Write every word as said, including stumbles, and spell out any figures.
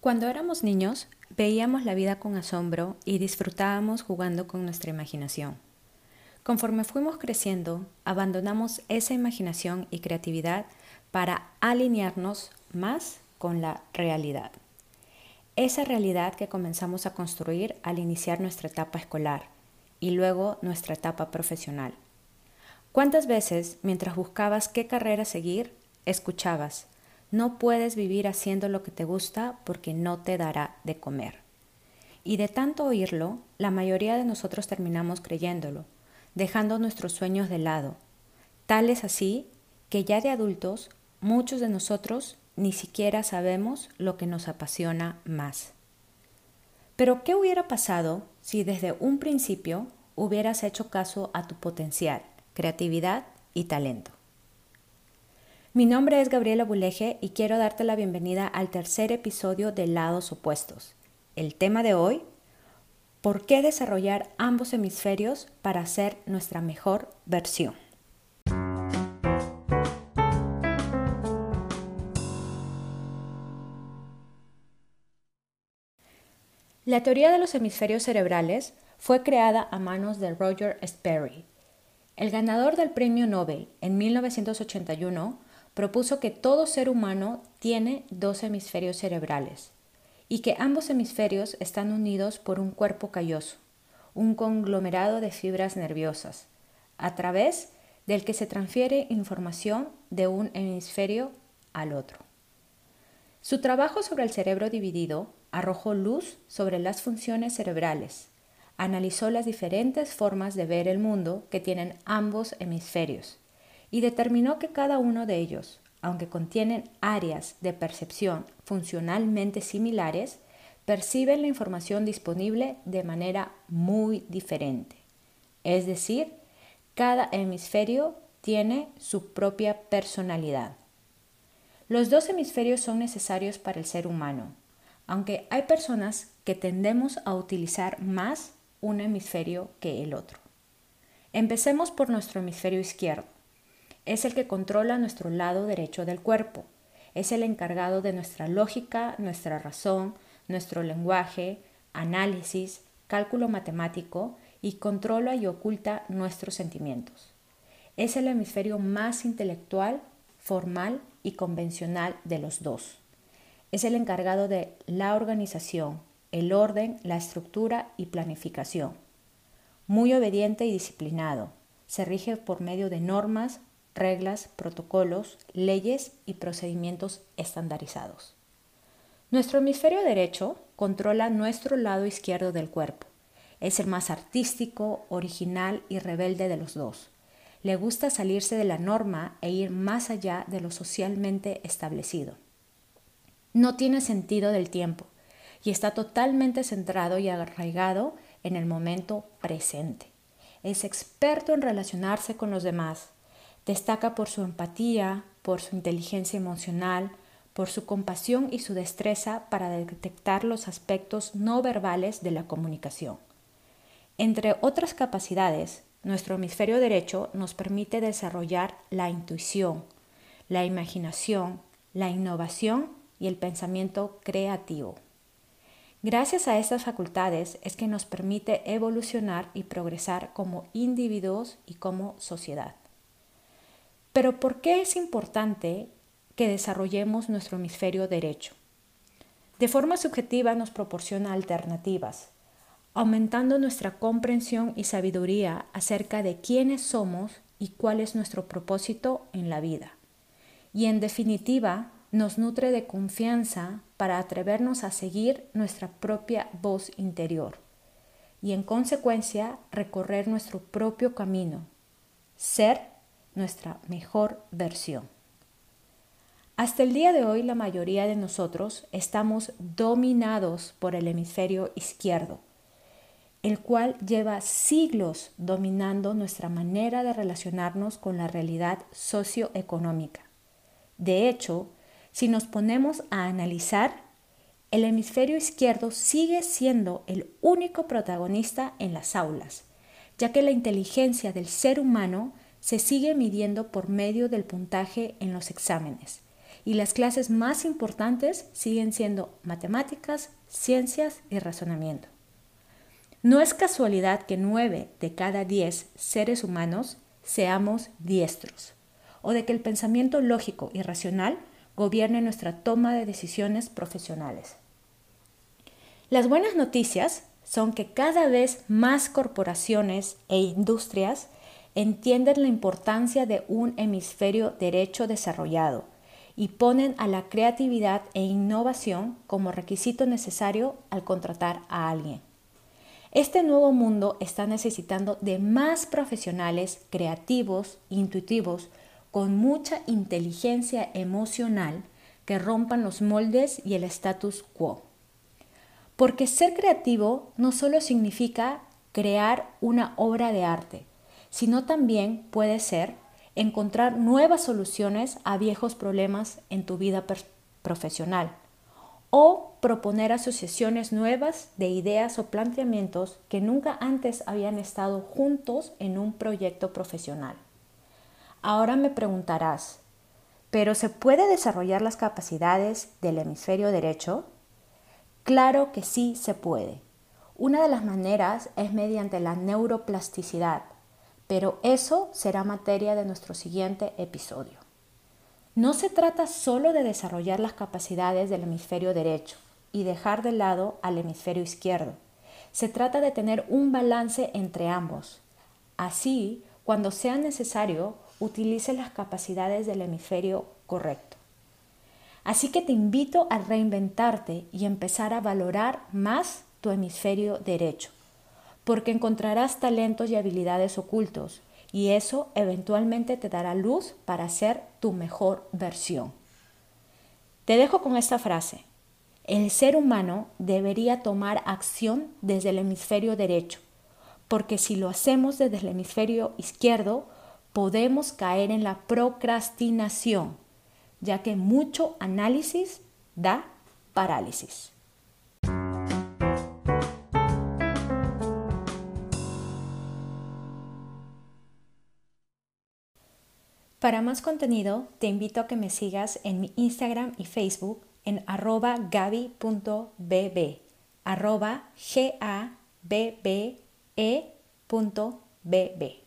Cuando éramos niños, veíamos la vida con asombro y disfrutábamos jugando con nuestra imaginación. Conforme fuimos creciendo, abandonamos esa imaginación y creatividad para alinearnos más con la realidad. Esa realidad que comenzamos a construir al iniciar nuestra etapa escolar y luego nuestra etapa profesional. ¿Cuántas veces, mientras buscabas qué carrera seguir, escuchabas: no puedes vivir haciendo lo que te gusta porque no te dará de comer? Y de tanto oírlo, la mayoría de nosotros terminamos creyéndolo, dejando nuestros sueños de lado. Tal es así que ya de adultos, muchos de nosotros ni siquiera sabemos lo que nos apasiona más. Pero ¿qué hubiera pasado si desde un principio hubieras hecho caso a tu potencial, creatividad y talento? Mi nombre es Gabriela Buleje y quiero darte la bienvenida al tercer episodio de Lados Opuestos. El tema de hoy: ¿por qué desarrollar ambos hemisferios para ser nuestra mejor versión? La teoría de los hemisferios cerebrales fue creada a manos de Roger Sperry. El ganador del Premio Nobel en mil novecientos ochenta y uno propuso que todo ser humano tiene dos hemisferios cerebrales y que ambos hemisferios están unidos por un cuerpo calloso, un conglomerado de fibras nerviosas, a través del que se transfiere información de un hemisferio al otro. Su trabajo sobre el cerebro dividido arrojó luz sobre las funciones cerebrales, analizó las diferentes formas de ver el mundo que tienen ambos hemisferios y determinó que cada uno de ellos, aunque contienen áreas de percepción funcionalmente similares, perciben la información disponible de manera muy diferente. Es decir, cada hemisferio tiene su propia personalidad. Los dos hemisferios son necesarios para el ser humano, aunque hay personas que tendemos a utilizar más un hemisferio que el otro. Empecemos por nuestro hemisferio izquierdo. Es el que controla nuestro lado derecho del cuerpo. Es el encargado de nuestra lógica, nuestra razón, nuestro lenguaje, análisis, cálculo matemático y controla y oculta nuestros sentimientos. Es el hemisferio más intelectual, formal y convencional de los dos. Es el encargado de la organización, el orden, la estructura y planificación. Muy obediente y disciplinado, se rige por medio de normas, reglas, protocolos, leyes y procedimientos estandarizados. Nuestro hemisferio derecho controla nuestro lado izquierdo del cuerpo. Es el más artístico, original y rebelde de los dos. Le gusta salirse de la norma e ir más allá de lo socialmente establecido. No tiene sentido del tiempo y está totalmente centrado y arraigado en el momento presente. Es experto en relacionarse con los demás. Destaca por su empatía, por su inteligencia emocional, por su compasión y su destreza para detectar los aspectos no verbales de la comunicación. Entre otras capacidades, nuestro hemisferio derecho nos permite desarrollar la intuición, la imaginación, la innovación y el pensamiento creativo. Gracias a estas facultades es que nos permite evolucionar y progresar como individuos y como sociedad. Pero ¿por qué es importante que desarrollemos nuestro hemisferio derecho? De forma subjetiva nos proporciona alternativas, aumentando nuestra comprensión y sabiduría acerca de quiénes somos y cuál es nuestro propósito en la vida. Y en definitiva, nos nutre de confianza para atrevernos a seguir nuestra propia voz interior y en consecuencia recorrer nuestro propio camino, ser nuestra mejor versión. Hasta el día de hoy, la mayoría de nosotros estamos dominados por el hemisferio izquierdo, el cual lleva siglos dominando nuestra manera de relacionarnos con la realidad socioeconómica. De hecho, si nos ponemos a analizar, el hemisferio izquierdo sigue siendo el único protagonista en las aulas, ya que la inteligencia del ser humano se sigue midiendo por medio del puntaje en los exámenes y las clases más importantes siguen siendo matemáticas, ciencias y razonamiento. No es casualidad que nueve de cada diez seres humanos seamos diestros, o de que el pensamiento lógico y racional gobierne nuestra toma de decisiones profesionales. Las buenas noticias son que cada vez más corporaciones e industrias entienden la importancia de un hemisferio derecho desarrollado y ponen a la creatividad e innovación como requisito necesario al contratar a alguien. Este nuevo mundo está necesitando de más profesionales creativos, intuitivos, con mucha inteligencia emocional que rompan los moldes y el status quo. Porque ser creativo no solo significa crear una obra de arte, sino también puede ser encontrar nuevas soluciones a viejos problemas en tu vida profesional o proponer asociaciones nuevas de ideas o planteamientos que nunca antes habían estado juntos en un proyecto profesional. Ahora me preguntarás, ¿pero se puede desarrollar las capacidades del hemisferio derecho? Claro que sí se puede. Una de las maneras es mediante la neuroplasticidad, pero eso será materia de nuestro siguiente episodio. No se trata solo de desarrollar las capacidades del hemisferio derecho y dejar de lado al hemisferio izquierdo. Se trata de tener un balance entre ambos. Así, cuando sea necesario, utilice las capacidades del hemisferio correcto. Así que te invito a reinventarte y empezar a valorar más tu hemisferio derecho, porque encontrarás talentos y habilidades ocultos y eso eventualmente te dará luz para ser tu mejor versión. Te dejo con esta frase. El ser humano debería tomar acción desde el hemisferio derecho, porque si lo hacemos desde el hemisferio izquierdo, podemos caer en la procrastinación, ya que mucho análisis da parálisis. Para más contenido, te invito a que me sigas en mi Instagram y Facebook en arroba gaby punto b b, arroba G A B B E punto B B.